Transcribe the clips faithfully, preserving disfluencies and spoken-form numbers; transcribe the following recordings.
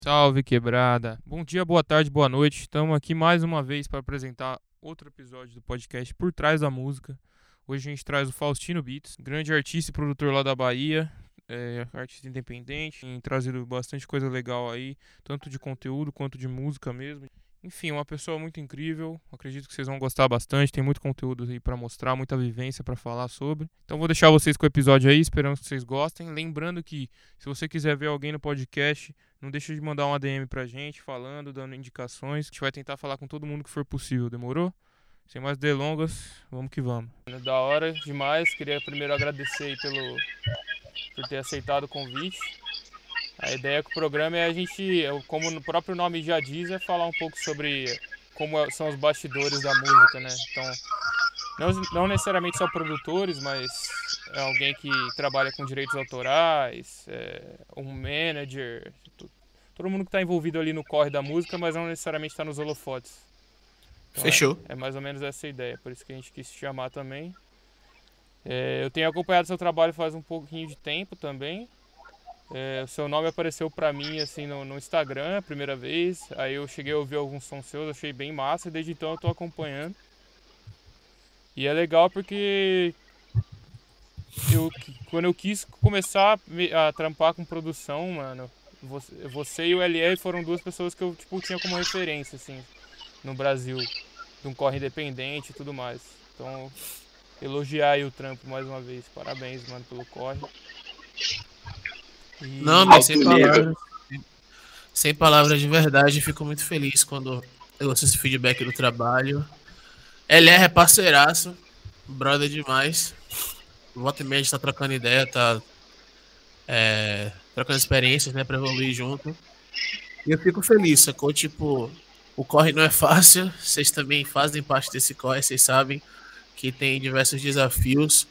Salve, quebrada. Bom dia, boa tarde, boa noite. Estamos aqui mais uma vez para apresentar outro episódio do podcast Por Trás da Música. Hoje a gente traz o Faustino Beats, grande artista e produtor lá da Bahia, é, artista independente, tem trazido bastante coisa legal aí, tanto de conteúdo quanto de música mesmo. Enfim, uma pessoa muito incrível, acredito que vocês vão gostar bastante, tem muito conteúdo aí pra mostrar, muita vivência pra falar sobre. Então vou deixar vocês com o episódio aí, esperando que vocês gostem. Lembrando que se você quiser ver alguém no podcast, não deixa de mandar uma D M pra gente, falando, dando indicações. A gente vai tentar falar com todo mundo que for possível, demorou? Sem mais delongas, vamos que vamos. Da hora demais, queria primeiro agradecer aí pelo, por ter aceitado o convite. A ideia com o programa é a gente, como o próprio nome já diz, é falar um pouco sobre como são os bastidores da música, né? Então, não, não necessariamente só produtores, mas é alguém que trabalha com direitos autorais, é, um manager, todo mundo que está envolvido ali no corre da música, mas não necessariamente está nos holofotes. Então é, Fechou. é mais ou menos essa a ideia, por isso que a gente quis te chamar também. É, eu tenho acompanhado seu trabalho faz um pouquinho de tempo também. É, o seu nome apareceu pra mim assim no, no Instagram a primeira vez. Aí eu cheguei a ouvir alguns sons seus, achei bem massa e desde então eu tô acompanhando. E é legal porque eu, quando eu quis começar a, a trampar com produção, mano, você, você e o L R foram duas pessoas que eu tipo, tinha como referência, assim, no Brasil, de um corre independente e tudo mais. Então, elogiar aí o trampo mais uma vez. Parabéns, mano, pelo corre. Não, E mas sem palavras. Sem palavras de verdade, fico muito feliz quando eu ouço esse feedback do trabalho. L R é parceiraço, brother demais. Volta e meia a gente tá trocando ideia, tá é, trocando experiências, né, pra evoluir junto. E eu fico feliz, sacou? Tipo, o corre não é fácil, vocês também fazem parte desse corre, vocês sabem que tem diversos desafios,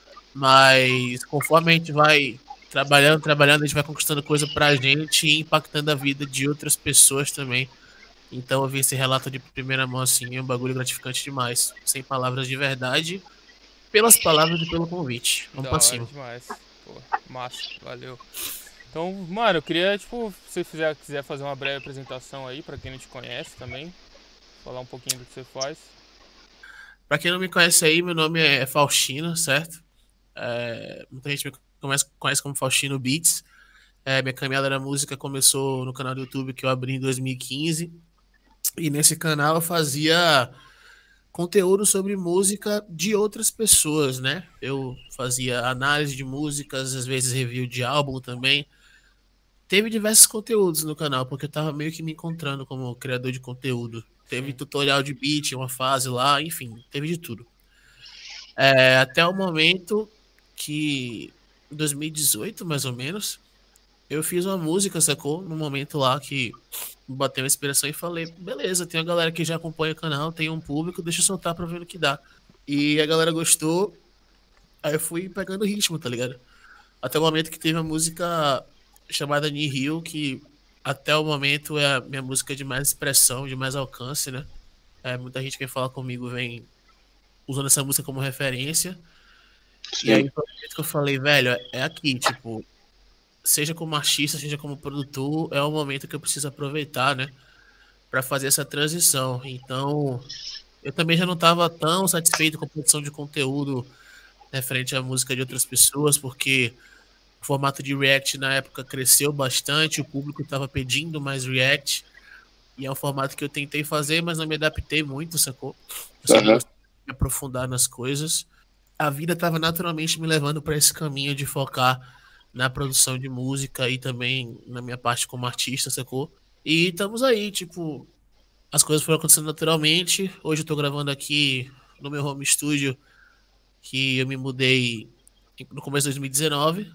mas conforme a gente vai trabalhando, trabalhando, a gente vai conquistando coisa pra gente e impactando a vida de outras pessoas também. Então eu vi esse relato de primeira mão assim, é um bagulho gratificante demais. Sem palavras de verdade, pelas palavras e pelo convite. Vamos da pra hora cima. demais. Pô, massa, valeu. Então, mano, eu queria, tipo, se você fizer, quiser fazer uma breve apresentação aí pra quem não te conhece também, falar um pouquinho do que você faz. Pra quem não me conhece aí, meu nome é Faustino, certo? É, muita gente me conhece, conhece como Faustino Beats. É, minha caminhada na música começou no canal do YouTube que eu abri em dois mil e quinze. E nesse canal eu fazia conteúdo sobre música de outras pessoas, né? Eu fazia análise de músicas, às vezes review de álbum também. Teve diversos conteúdos no canal, porque eu tava meio que me encontrando como criador de conteúdo. Teve Sim. tutorial de beat, uma fase lá, enfim, teve de tudo. É, até o momento que, em dois mil e dezoito, mais ou menos, eu fiz uma música, sacou? No momento lá que bateu uma inspiração e falei, beleza, tem uma galera que já acompanha o canal, tem um público, deixa eu soltar pra ver o que dá. E a galera gostou, aí eu fui pegando ritmo, tá ligado? Até o momento que teve uma música chamada Nihil, que até o momento é a minha música de mais expressão, de mais alcance, né? É, muita gente que fala comigo vem usando essa música como referência. E Sim. aí foi o momento que eu falei, velho, é aqui, tipo, seja como artista, seja como produtor, é o momento que eu preciso aproveitar, né? Pra fazer essa transição. Então, eu também já não estava tão satisfeito com a produção de conteúdo referente à música de outras pessoas, porque o formato de React na época cresceu bastante, o público estava pedindo mais React, e é um formato que eu tentei fazer, mas não me adaptei muito, sacou? Eu sempre Aham. gostei de me aprofundar nas coisas. A vida estava naturalmente me levando para esse caminho de focar na produção de música e também na minha parte como artista, sacou? E estamos aí, tipo, as coisas foram acontecendo naturalmente. Hoje eu tô gravando aqui no meu home studio, que eu me mudei no começo de dois mil e dezenove.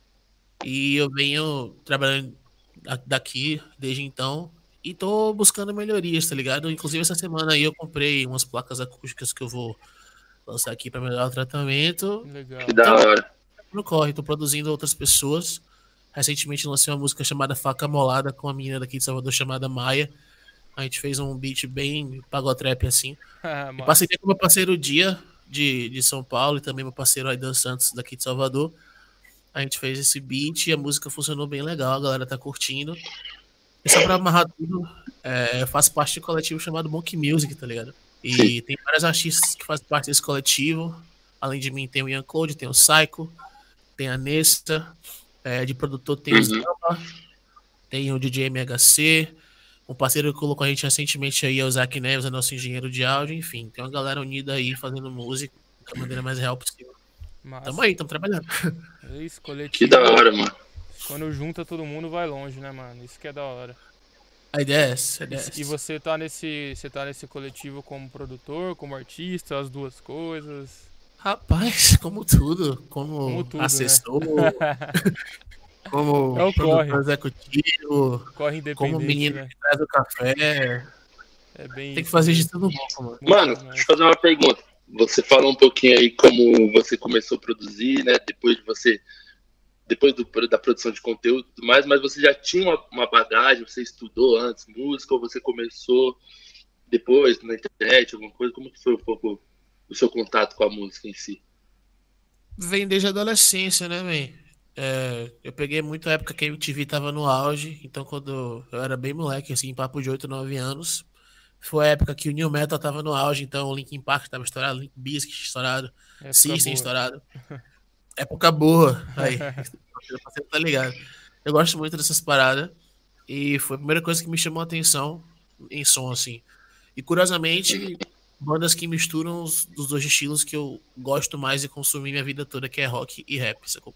E eu venho trabalhando daqui desde então. E tô buscando melhorias, tá ligado? Inclusive essa semana aí eu comprei umas placas acústicas que eu vou lançar aqui para melhorar o tratamento. Legal. Que da Então, hora. no corre, tô produzindo outras pessoas. Recentemente lancei uma música chamada Faca Molada com uma menina daqui de Salvador chamada Maia. A gente fez um beat bem pagotrap assim. E Massa. parceria com meu parceiro Dia, de, de São Paulo, e também meu parceiro Aidan Santos, daqui de Salvador. A gente fez esse beat e a música funcionou bem legal, a galera tá curtindo. E só pra amarrar tudo, é, eu faço parte de um coletivo chamado Monkey Music, tá ligado? E tem vários artistas que fazem parte desse coletivo. Além de mim, tem o Ian Claude, tem o Psycho, tem a Nesta, é, de produtor tem o Uhum. Zamba, tem o D J M H C, um parceiro que colocou a gente recentemente aí é o Zac Neves, é nosso engenheiro de áudio, enfim, tem uma galera unida aí fazendo música da maneira mais real possível. Massa. Tamo aí, tamo trabalhando. É isso, coletivo. Que da hora, mano. Quando junta todo mundo vai longe, né, mano? Isso que é da hora. A ideia é essa, a ideia é E, essa. e você tá nesse. Você tá nesse coletivo como produtor, como artista, as duas coisas. Rapaz, como tudo, como, Como tudo, assessor, né? como É o produtor corre. executivo, Corre independente, como menino né? que traz o café. É bem Tem que isso fazer de mesmo. tudo bom, mano. Muito Mano, demais. deixa eu fazer uma pergunta. Você falou um pouquinho aí como você começou a produzir, né? Depois de você. Depois do, da produção de conteúdo e tudo mais, mas você já tinha uma, uma bagagem, você estudou antes música, ou você começou depois na internet, alguma coisa? Como que foi um pouco o seu contato com a música em si? Vem desde a adolescência, né, man? É, eu peguei muito a época que a M T V tava no auge, então quando eu era bem moleque, assim, papo de oito, nove anos, foi a época que o New Metal tava no auge, então o Linkin Park tava estourado, Limp Bizkit estourado, Época System boa. estourado. Época boa, aí, você tá ligado. Eu gosto muito dessas paradas, e foi a primeira coisa que me chamou a atenção em som, assim. E curiosamente, bandas que misturam os, os dois estilos que eu gosto mais de consumir minha vida toda, que é rock e rap, sacou?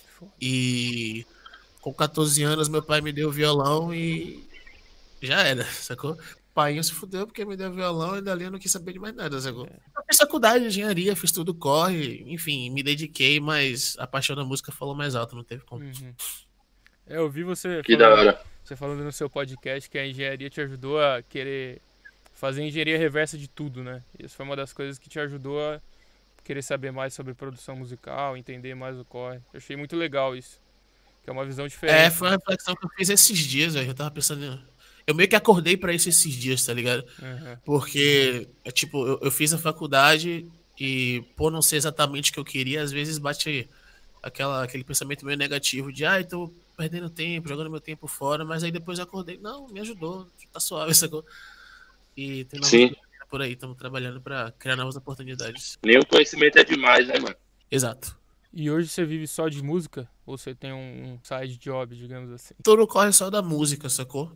E com catorze anos, meu pai me deu violão e já era, sacou? Pai se fudeu porque me deu violão e dali eu não quis saber de mais nada, sacou? Eu fiz faculdade de engenharia, fiz tudo corre, enfim, me dediquei, mas a paixão da música falou mais alto, não teve como. Uhum. É, eu vi você Que da falando, hora. você falando no seu podcast que a engenharia te ajudou a querer fazer engenharia reversa de tudo, né? Isso foi uma das coisas que te ajudou a querer saber mais sobre produção musical, entender mais o corre. Eu achei muito legal isso, que é uma visão diferente. É, foi uma reflexão que eu fiz esses dias, velho. Eu tava pensando. Eu meio que acordei pra isso esses dias, tá ligado? Uhum. Porque, é tipo, eu, eu fiz a faculdade e, por não ser exatamente o que eu queria, às vezes bate aquela, aquele pensamento meio negativo de, ai, tô perdendo tempo, jogando meu tempo fora, mas aí depois eu acordei, não, me ajudou, tá suave, sacou? E tem novas Sim. coisas por aí, estamos trabalhando pra criar novas oportunidades. Nenhum conhecimento é demais, né, mano? Exato. E hoje você vive só de música? Ou você tem um, um side job, digamos assim? Tô no corre só da música, sacou?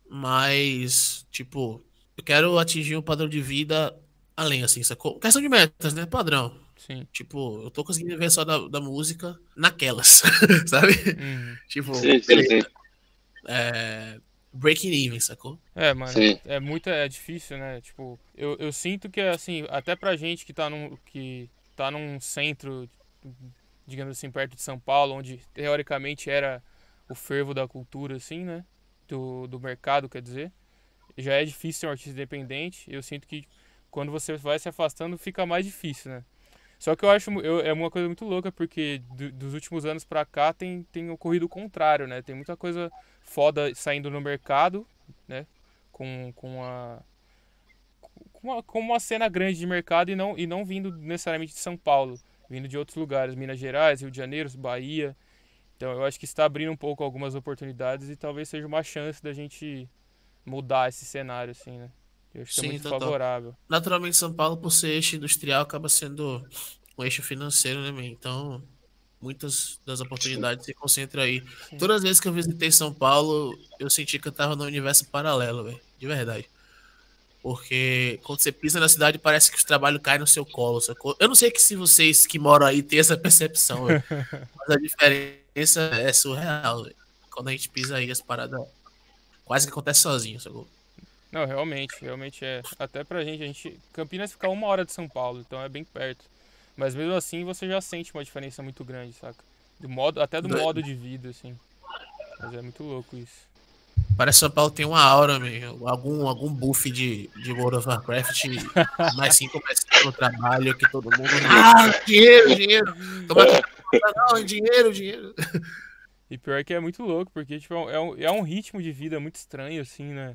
Mas, tipo, eu quero atingir um padrão de vida além, assim, sacou? Questão de metas, né? Padrão. Sim. Tipo, eu tô conseguindo viver só da, da música naquelas, sabe? Uhum. Tipo, Sim, sim, beleza. sim. É, breaking even, sacou? É, mano, Sim. é muito é difícil, né? Tipo, eu, eu sinto que, assim, até pra gente que tá num, que tá num centro, digamos assim, perto de São Paulo, onde teoricamente era o fervo da cultura, assim, né? Do, do mercado, quer dizer. Já é difícil ser um artista independente. Eu sinto que quando você vai se afastando, fica mais difícil, né? Só que eu acho eu, é uma coisa muito louca, porque do, dos últimos anos pra cá tem, tem ocorrido o contrário, né? Tem muita coisa foda saindo no mercado, né? Com, com, a, com, uma, com uma cena grande de mercado e não, e não vindo necessariamente de São Paulo, vindo de outros lugares, Minas Gerais, Rio de Janeiro, Bahia. Então eu acho que está abrindo um pouco algumas oportunidades e talvez seja uma chance da gente mudar esse cenário, assim, né? Eu acho que é Sim, muito total. favorável. Naturalmente, São Paulo, por ser eixo industrial, acaba sendo um eixo financeiro, né, man? Então, muitas das oportunidades se concentram aí. Sim. Todas as vezes que eu visitei São Paulo, eu senti que eu tava num universo paralelo, velho. De verdade. Porque quando você pisa na cidade, parece que os trabalhos caem no seu colo, sacou? Eu não sei que se vocês que moram aí têm essa percepção, véio, mas a diferença é surreal, véio. Quando a gente pisa aí, as paradas quase que acontece sozinho, sacou? Não, realmente, realmente é. Até pra gente, a gente. Campinas fica uma hora de São Paulo, então é bem perto. Mas mesmo assim você já sente uma diferença muito grande, saca? Do modo, até do Doido. modo de vida, assim. Mas é muito louco isso. Parece que São Paulo tem uma aura, meu. Algum, algum buff de, de World of Warcraft, mais cinco mais cinco no trabalho, que todo mundo. Ah, dinheiro, dinheiro. Toma aqui. Não, dinheiro, dinheiro. E pior que é muito louco, porque tipo, é, um, é um ritmo de vida muito estranho, assim, né?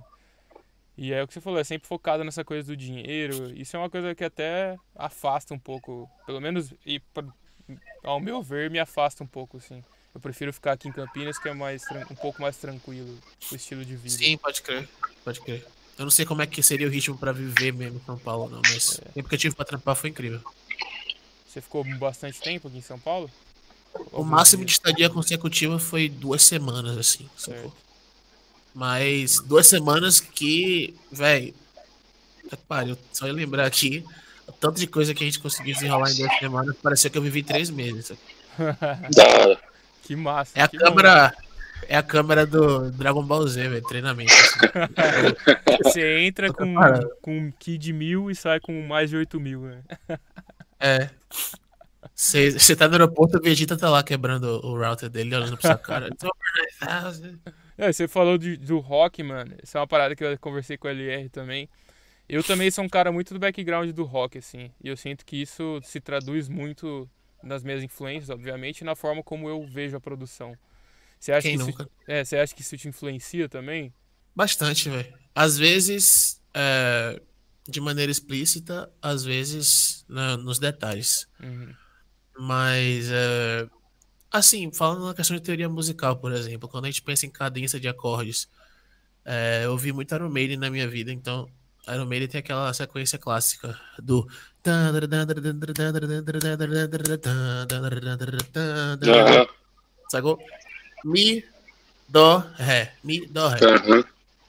E é o que você falou, é sempre focado nessa coisa do dinheiro. Isso é uma coisa que até afasta um pouco, pelo menos, e pra- ao meu ver, me afasta um pouco, assim. Eu prefiro ficar aqui em Campinas, que é mais um pouco mais tranquilo o estilo de vida. Sim, pode crer, pode crer. Eu não sei como é que seria o ritmo pra viver mesmo em São Paulo, não, mas É. o tempo que eu tive pra trampar foi incrível. Você ficou bastante tempo aqui em São Paulo? O Alguns máximo de dias? estadia consecutiva foi duas semanas, assim, Certo. sacou? Mas duas semanas que, velho, pariu, só eu lembrar aqui, o tanto de coisa que a gente conseguiu desenrolar em duas semanas, parecia que eu vivi três meses. Sacou? Da hora. Que massa. É a que câmera, é a câmera do Dragon Ball Z, velho, treinamento. Assim. Você entra com, parado. com um Ki de mil e sai com mais de oito mil, né? É. Você tá no aeroporto, o Vegeta tá lá quebrando o router dele, olhando pra sua cara. É, você falou de, do rock, mano. Essa é uma parada que eu conversei com o L R também. Eu também sou um cara muito do background do rock, assim. E eu sinto que isso se traduz muito nas minhas influências, obviamente, e na forma como eu vejo a produção. Você acha, Quem que nunca? isso, é, você acha que isso te influencia também? Bastante, velho. Às vezes, é, de maneira explícita, às vezes na- nos detalhes. Uhum. Mas, é, assim, falando na questão de teoria musical, por exemplo, quando a gente pensa em cadência de acordes, é, eu ouvi muito Iron Maiden na minha vida, então Iron Maiden tem aquela sequência clássica do. Aham, Sacou? Mi, dó, ré. Mi, dó, ré. aham.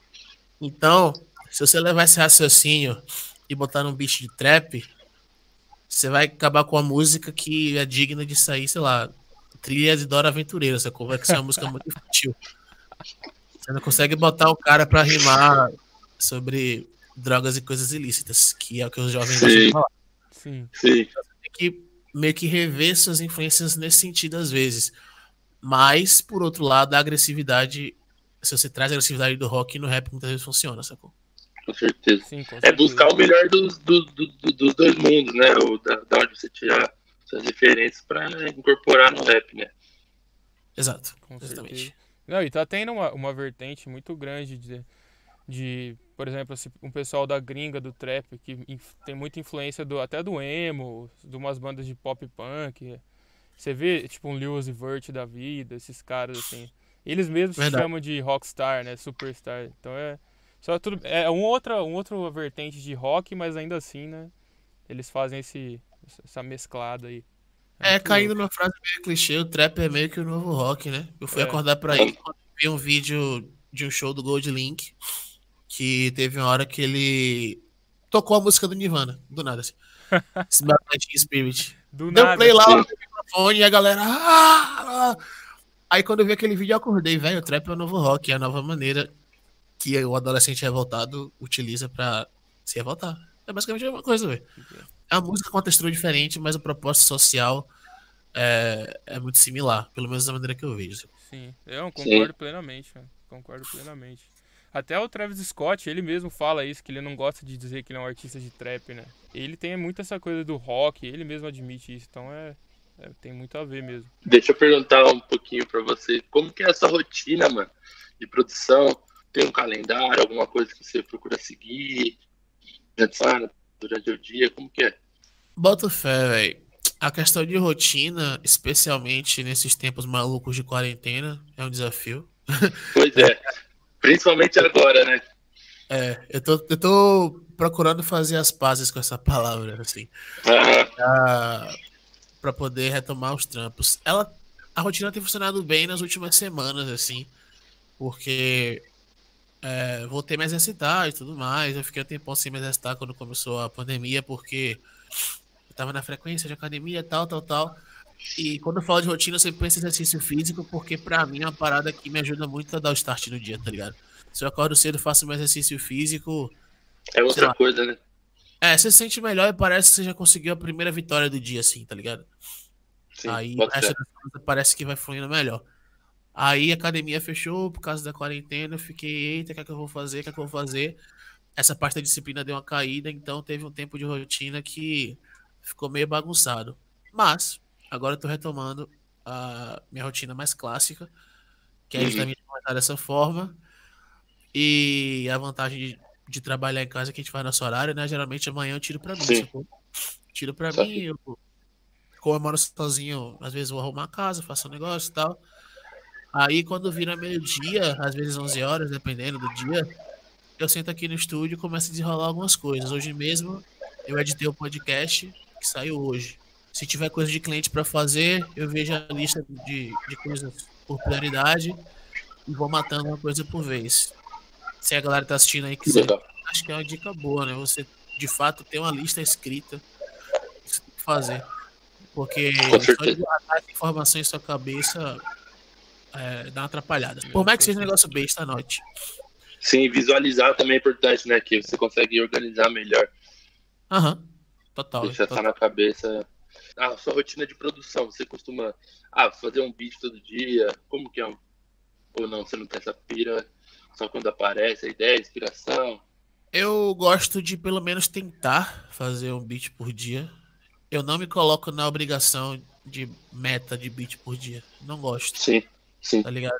Então, se você levar esse raciocínio e botar num beat de trap, você vai acabar com a música que é digna de sair, sei lá, Trilha de Dora Aventureira, sacou? Vai ser uma música muito infantil. Você não consegue botar o cara pra rimar sobre drogas e coisas ilícitas, que é o que os jovens gostam de Sim, falar. Sim. sim. Tem que meio que rever suas influências nesse sentido às vezes. Mas, por outro lado, a agressividade, se você traz a agressividade do rock no rap, muitas vezes funciona, sacou? Com certeza. Sim, com É certeza. buscar o melhor dos, do- do- do- dos dois mundos, né? O da, da onde você tirar suas referências pra incorporar no rap, né? Exato. Com Exatamente. certeza. Não, e tá tendo uma, uma vertente muito grande de, de, por exemplo, assim, um pessoal da gringa, do trap, que inf- tem muita influência do, até do emo, de umas bandas de pop punk. Você vê, tipo, um Lil Uzi Vert da vida, esses caras, assim. Eles mesmos se Verdade. chamam de rockstar, né? Superstar. Então é... Só tudo, é um outra, um outro vertente de rock, mas ainda assim, né? Eles fazem esse, essa mesclada aí. É, muito caindo louco. numa frase meio clichê, o trap é meio que o novo rock, né? Eu fui É. acordar pra ele quando vi um vídeo de um show do Gold Link, que teve uma hora que ele tocou a música do Nirvana, do nada, assim. Smell Like Teen Spirit. Do Deu nada. play lá Sim. no microfone e a galera. "Ah, ah". Aí quando eu vi aquele vídeo, eu acordei, velho. O trap é o novo rock, é a nova maneira que o adolescente revoltado utiliza pra se revoltar. É basicamente a mesma coisa, velho. É uma música com uma textura diferente, mas o propósito social é, é muito similar, pelo menos da maneira que eu vejo. Sim, eu concordo plenamente, mano. Concordo plenamente. Até o Travis Scott, ele mesmo fala isso, que ele não gosta de dizer que ele é um artista de trap, né? Ele tem muito essa coisa do rock, ele mesmo admite isso, então é, é- tem muito a ver mesmo. Deixa eu perguntar um pouquinho pra você. Como que é essa rotina, mano, de produção? Tem um calendário, alguma coisa que você procura seguir? Pensar durante o dia? Como que é? Bota fé, velho. A questão de rotina, especialmente nesses tempos malucos de quarentena, é um desafio. Pois é. Principalmente agora, né? É, eu tô, eu tô procurando fazer as pazes com essa palavra, assim, Ah, pra, pra poder retomar os trampos. Ela, a rotina tem funcionado bem nas últimas semanas, assim, porque é, voltei a me exercitar e tudo mais. Eu fiquei um tempão sem me exercitar quando começou a pandemia, porque eu tava na frequência de academia, tal, tal, tal. E quando eu falo de rotina, eu sempre penso em exercício físico, porque pra mim é uma parada que me ajuda muito a dar o start no dia, tá ligado? Se eu acordo cedo, faço meu exercício físico, é outra lá. coisa, né? é, você se sente melhor e parece que você já conseguiu a primeira vitória do dia, assim, tá ligado? Sim, Aí o bota resto fé. das coisas parece que vai fluindo melhor. Aí a academia fechou por causa da quarentena, eu fiquei, eita, o que é que eu vou fazer, o que é que eu vou fazer? Essa parte da disciplina deu uma caída, então teve um tempo de rotina que ficou meio bagunçado. Mas, agora eu tô retomando a minha rotina mais clássica, que é Uhum. justamente comentar dessa forma. E a vantagem de, de trabalhar em casa é que a gente faz nosso horário, né? Geralmente amanhã eu tiro pra mim, Sim. sacou? Tiro pra Só mim, eu, como eu moro sozinho, às vezes eu vou arrumar a casa, faço um negócio e tal. Aí quando vira meio-dia, às vezes onze horas, dependendo do dia, eu sento aqui no estúdio e começo a desenrolar algumas coisas. Hoje mesmo eu editei o podcast que saiu hoje. Se tiver coisa de cliente para fazer, eu vejo a lista de, de coisas por prioridade e vou matando uma coisa por vez. Se a galera tá assistindo aí quiser, Legal. acho que é uma dica boa, né? Você de fato ter uma lista escrita que você tem que fazer. Porque Com só certeza. de guardar essa informação em sua cabeça é, dá uma atrapalhada. Por mais que seja um negócio besta, anote. Sim, visualizar também é importante, né? Que você consegue organizar melhor. Aham, total. Deixar total. tá na cabeça. A sua rotina de produção, você costuma ah, fazer um beat todo dia? Como que é? Um... Ou não, você não tem essa pira? Só quando aparece a ideia, a inspiração? Eu gosto de pelo menos tentar fazer um beat por dia. Eu não me coloco na obrigação de meta de beat por dia. Não gosto, Sim, sim. tá ligado?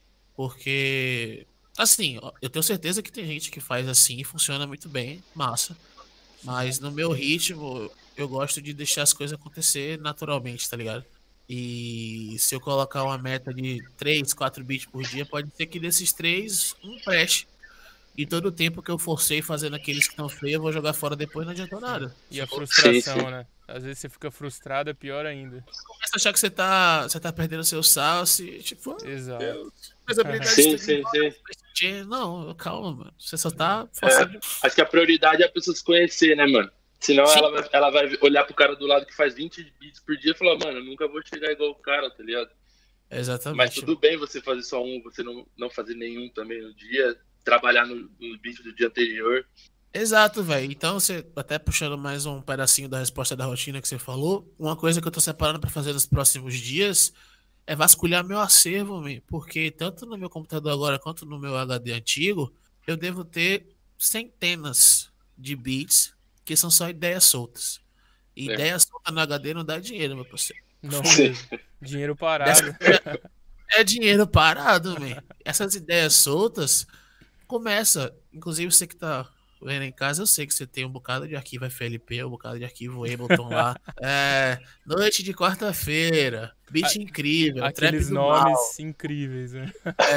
Porque, assim, ó, eu tenho certeza que tem gente que faz assim e funciona muito bem, massa. Mas no meu ritmo, eu gosto de deixar as coisas acontecer naturalmente, tá ligado? E se eu colocar uma meta de três, quatro beats por dia, pode ser que desses três, um preste. E todo o tempo que eu forcei fazendo aqueles que estão feios, eu vou jogar fora depois, não adiantou nada. E a Sacou? frustração, Sim, sim. né? Às vezes você fica frustrado, é pior ainda. Começa a achar que você tá, você tá perdendo seu salso e tipo, ah, Exato. Deus, minhas habilidades Sim, estão sim, embora, sim. não, calma, mano. Você só tá forçando. É, acho que a prioridade é a pessoa se conhecer, né, mano? Senão Sim. ela vai, ela vai olhar pro cara do lado que faz vinte beats por dia e falar, mano, eu nunca vou chegar igual o cara, tá ligado? Exatamente. Mas tudo bem você fazer só um, você não, não fazer nenhum também no dia, trabalhar no, no beat do dia anterior. Exato, velho. Então, você até puxando mais um pedacinho da resposta da rotina que você falou, uma coisa que eu tô separando pra fazer nos próximos dias é vasculhar meu acervo, man, porque tanto no meu computador agora quanto no meu H D antigo, eu devo ter centenas de beats que são só ideias soltas. E É. ideia solta no H D não dá dinheiro, meu parceiro. Não Sim. mesmo. Dinheiro parado. Dessa- É dinheiro parado, man. Essas ideias soltas começa, inclusive você que tá vendo em casa, eu sei que você tem um bocado de arquivo F L P, um bocado de arquivo Ableton lá. É, noite de quarta-feira, beat incrível, trap Aqueles do nomes mal. incríveis, né?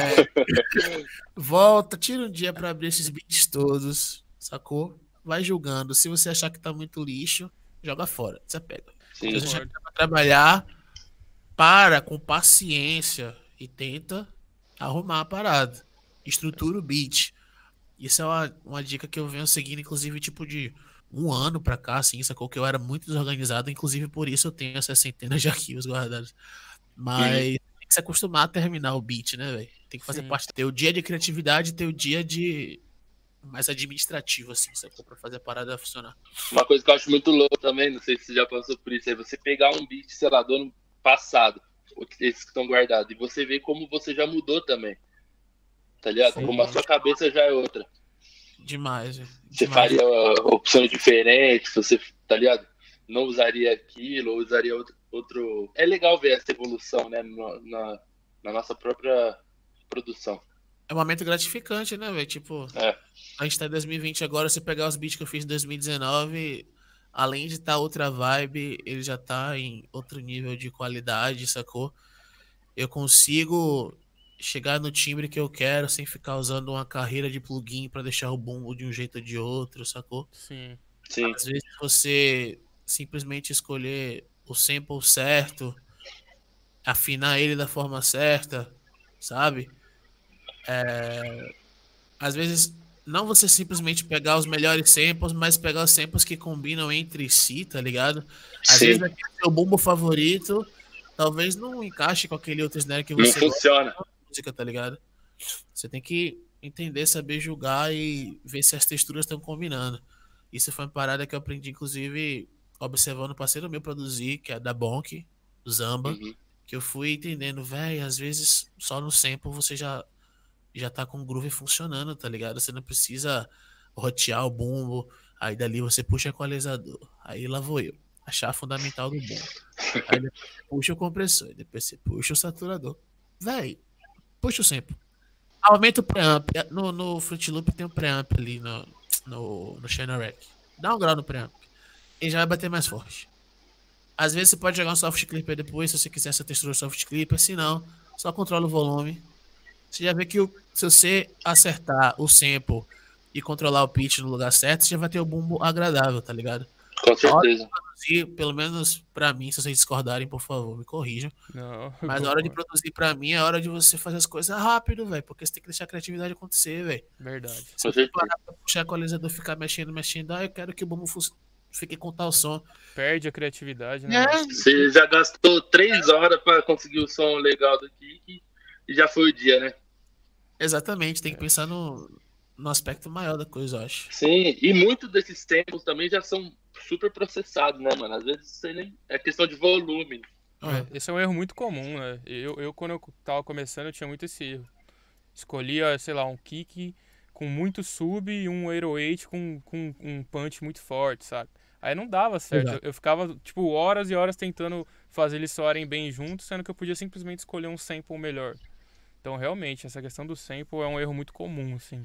Volta, tira um dia pra abrir esses beats todos, sacou? Vai julgando. Se você achar que tá muito lixo, joga fora, você pega. Sim. Se você já Concordo. quer pra trabalhar, para com paciência e tenta arrumar a parada. Estrutura o beat. Isso é uma, uma dica que eu venho seguindo, inclusive, tipo de um ano pra cá, assim, sacou? Que eu era muito desorganizado, inclusive por isso eu tenho essas centenas de arquivos guardados. Mas tem que se acostumar a terminar o beat, né, velho? Tem que fazer Sim. parte. Ter o dia de criatividade e ter o dia de mais administrativo, assim, sacou? Pra fazer a parada funcionar. Uma coisa que eu acho muito louco também, não sei se você já passou por isso, é você pegar um beat, sei lá, do ano passado, esses que estão guardados, e você ver como você já mudou também. Tá ligado? Sim. Como a sua cabeça já é outra. Demais, velho. Você Demais. faria uh, opções diferentes, você, tá ligado? Não usaria aquilo, ou usaria outro, outro... É legal ver essa evolução, né, no- na, na nossa própria produção. É um momento gratificante, né, velho? Tipo, É, a gente tá em dois mil e vinte agora, se pegar os beats que eu fiz em dois mil e dezenove, além de estar outra vibe, ele já tá em outro nível de qualidade, sacou? Eu consigo chegar no timbre que eu quero sem ficar usando uma carreira de plugin pra deixar o bumbo de um jeito ou de outro, sacou? Sim. sim. Às vezes você simplesmente escolher o sample certo, afinar ele da forma certa, sabe? É, às vezes não você simplesmente pegar os melhores samples, mas pegar os samples que combinam entre si, tá ligado? Às Sim. vezes aquele seu bumbo favorito talvez não encaixe com aquele outro snare que Não você gosta funciona. da música, tá ligado? Você tem que entender, saber julgar e ver se as texturas estão combinando. Isso foi uma parada que eu aprendi, inclusive, observando um parceiro meu produzir, que é da Bonk, o Zamba, Uhum. que eu fui entendendo, velho, às vezes só no sample você já já tá com o groove funcionando, tá ligado? Você não precisa rotear o bumbo, aí dali você puxa o equalizador, aí lá vou eu, achar a fundamental do bumbo, aí depois você puxa o compressor, aí depois você puxa o saturador, véi, puxa o sample, aumenta o preamp, no, no Fruit Loop tem um preamp ali no, no, no channel rack, dá um grau no preamp, ele já vai bater mais forte. Às vezes você pode jogar um soft clipper depois, se você quiser essa textura soft clipper, se não, só controla o volume. Você já vê que o, se você acertar o sample e controlar o pitch no lugar certo, você já vai ter o bumbo agradável, tá ligado? Com certeza. Produzir, pelo menos pra mim, se vocês discordarem, por favor, me corrijam. Não, Mas a hora de produzir pra mim é hora de você fazer as coisas rápido, velho. Porque você tem que deixar a criatividade acontecer, velho. Verdade. Se você parar pra puxar o equalizador e ficar mexendo, mexendo, ah, eu quero que o bumbo fique com tal som. Perde a criatividade, né? É. Você já gastou três horas pra conseguir o som legal daqui e já foi o dia, né? Exatamente, tem que pensar no, no aspecto maior da coisa, eu acho. Sim, e muitos desses tempos também já são super processados, né, mano? Às vezes você nem... é questão de volume. É, esse é um erro muito comum, né? Eu, eu, quando eu tava começando, eu tinha muito esse erro. Escolhia, sei lá, um kick com muito sub e um oito oito com, com um punch muito forte, sabe? Aí não dava certo. Eu, eu ficava, tipo, horas e horas tentando fazer eles soarem bem juntos, sendo que eu podia simplesmente escolher um sample melhor. Então, realmente, essa questão do sample é um erro muito comum, assim.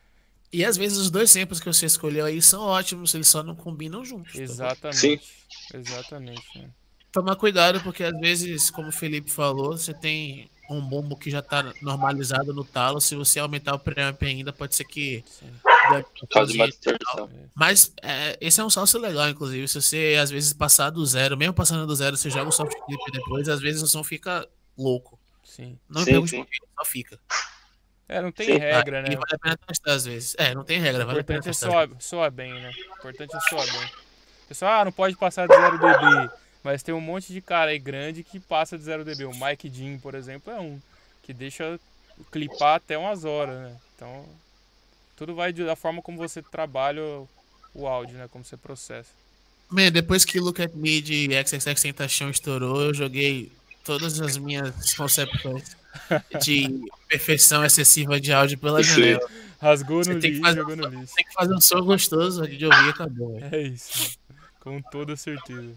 E às vezes os dois samples que você escolheu aí são ótimos, eles só não combinam juntos. Exatamente. Sim. Exatamente. Né? Tomar cuidado, porque às vezes, como o Felipe falou, você tem um bumbo que já está normalizado no talo. Se você aumentar o preamp ainda, pode ser que... Causa uma distorção. Mas é, esse é um salto legal, inclusive. Se você, às vezes, passar do zero, mesmo passando do zero, você joga o soft clip depois, às vezes o som fica louco. Sim. Não me Sim, pergunte sim. por quê, só fica. É, não tem Sim. regra, Ah, né? e vale a pena testar às vezes. É, não tem regra, O vale a pena importante é testar. soar, soar bem, né? O importante é soar bem. O pessoal, ah, não pode passar de zero decibéis. Mas tem um monte de cara aí grande que passa de zero decibéis. O Mike Dean, por exemplo, é um que deixa clipar até umas horas, né? Então, tudo vai da forma como você trabalha o, o áudio, né? Como você processa. Man, depois que Look at Me de X X X Tentacion estourou, eu joguei todas as minhas concepções de perfeição excessiva de áudio pela janela. Rasgou Você no tem que lixo, fazer jogou um no som- lixo. Tem que fazer um som gostoso de ouvir e acabou. Véio. É isso. Com toda certeza.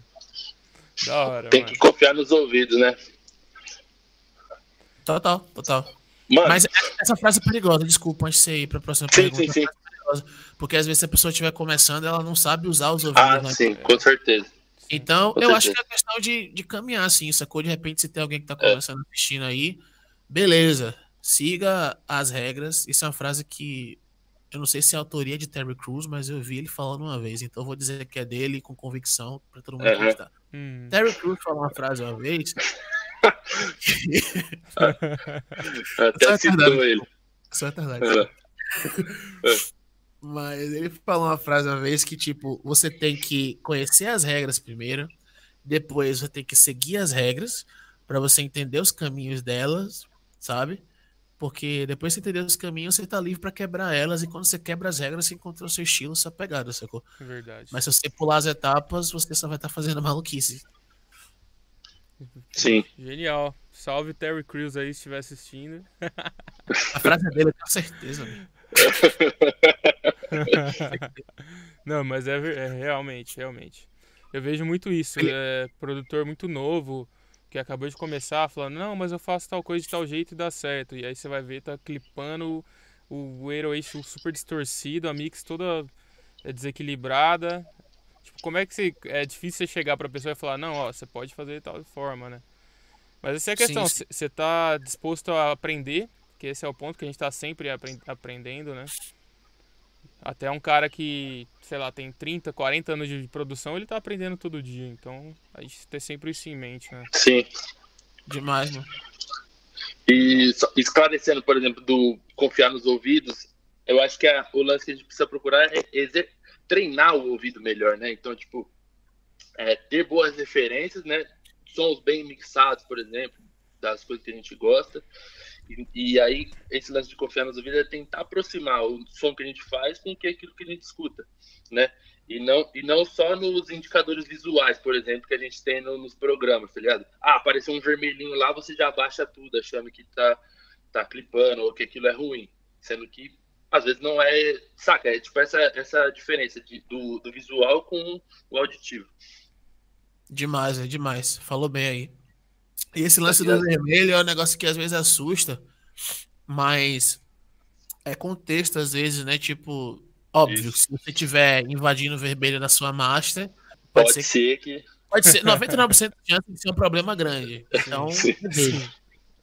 Da hora, Tem mano. que confiar nos ouvidos, né? Total, total. Mano, Mas essa frase é perigosa, desculpa, antes de você ir pra próxima sim, pergunta. sim, sim. Essa frase é perigosa, porque às vezes se a pessoa estiver começando, ela não sabe usar os ouvidos. Ah, né? sim, com certeza. Então, Com eu certeza. acho que é questão de, de caminhar, assim, sacou? De repente, se tem alguém que tá começando assistindo aí, beleza, siga as regras. Isso é uma frase que eu não sei se é autoria de Terry Crews, mas eu vi ele falando uma vez, então eu vou dizer que é dele com convicção pra todo mundo Uhum. acreditar. Hum. Terry Crews falou uma frase uma vez. Até Só citou verdade. ele. Isso é verdade. É. Mas ele falou uma frase uma vez que, tipo, você tem que conhecer as regras primeiro, depois você tem que seguir as regras pra você entender os caminhos delas, sabe? Porque depois que você entender os caminhos, você tá livre pra quebrar elas, e quando você quebra as regras, você encontra o seu estilo, sua pegada, sacou? Verdade. Mas se você pular as etapas, você só vai estar fazendo maluquice. Sim. Genial. Salve Terry Crews aí se estiver assistindo. A frase é dele, eu tenho certeza. Né? Não, mas é, ver- é realmente, realmente. Eu vejo muito isso. É, produtor muito novo que acabou de começar falando, não, mas eu faço tal coisa de tal jeito e dá certo. E aí você vai ver, tá clipando o, o Aero eixo super distorcido, a mix toda é, desequilibrada. Tipo, como é que você. É difícil você chegar pra pessoa e falar, não, ó, você pode fazer de tal forma, né? Mas essa é a questão, Sim, sim. você tá disposto a aprender, que esse é o ponto que a gente tá sempre apren- aprendendo, né? Até um cara que, sei lá, tem trinta, quarenta anos de produção, ele tá aprendendo todo dia. Então, a gente tem sempre isso em mente, né? Sim. Demais, mano. E só esclarecendo, por exemplo, do confiar nos ouvidos, eu acho que a- o lance que a gente precisa procurar é exer- treinar o ouvido melhor, né? Então, tipo, é, ter boas referências, né? Sons bem mixados, por exemplo, das coisas que a gente gosta. E, e aí, esse lance de confiar nos ouvidos é tentar aproximar o som que a gente faz com o que é aquilo que a gente escuta, né? E não, e não só nos indicadores visuais, por exemplo, que a gente tem no- nos programas, tá ligado? Ah, apareceu um vermelhinho lá, você já baixa tudo, achando que tá, tá clipando ou que aquilo é ruim. Sendo que, às vezes, não é... Saca? É tipo essa, essa diferença de, do, do visual com o auditivo. Demais, é demais. Falou bem aí. E esse lance Tá do vermelho é um negócio que às vezes assusta, mas é contexto às vezes, né? Tipo, óbvio, Isso. se você tiver invadindo o vermelho na sua master, Pode, pode, ser, ser que... pode ser noventa e nove por cento de chance de ser um problema grande. Então, Sim. veja.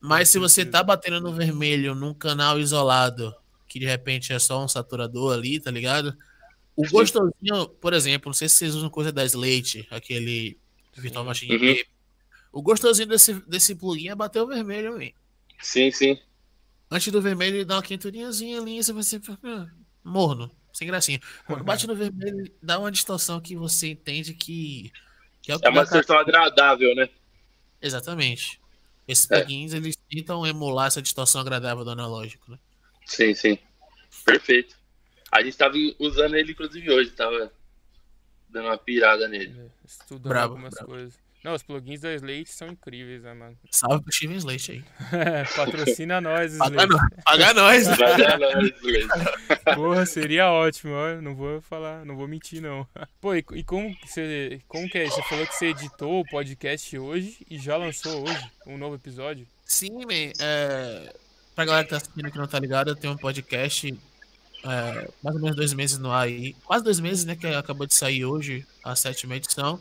Mas se Com você certeza. tá batendo no vermelho num canal isolado, que de repente é só um saturador ali, tá ligado? O Sim. gostosinho, por exemplo, não sei se vocês usam coisa da Slate, aquele Virtual Sim. Machine Uhum. Tape. O gostosinho desse, desse plugin é bater o vermelho, velho. Sim, sim. Antes do vermelho, ele dá uma quenturinhazinha ali, você vai ser ah, morno, sem gracinha. Quando bate no vermelho, ele dá uma distorção que você entende que, que é o É que uma dá cara. distorção agradável, né? Exatamente. Esses É. plugins, eles tentam emular essa distorção agradável do analógico, né? Sim, sim. Perfeito. A gente tava usando ele, inclusive, hoje. Tava dando uma pirada nele. É, estudando Brabo, algumas brabo. coisas. Não, os plugins da Slate são incríveis, né, mano? Salve pro Steven Slate aí. Patrocina nós, Paga Slate. nós, paga nós. Vai dar nós, Luiz. Porra, seria ótimo, ó. Não vou falar, não vou mentir, não. Pô, e, e como que você. Como que é? Você falou que você editou o podcast hoje e já lançou hoje um novo episódio? Sim, man. É, pra galera que tá assistindo aqui não tá ligado, eu tenho um podcast é, mais ou menos dois meses no ar aí. Quase dois meses, né? Que acabou de sair hoje, a sétima edição.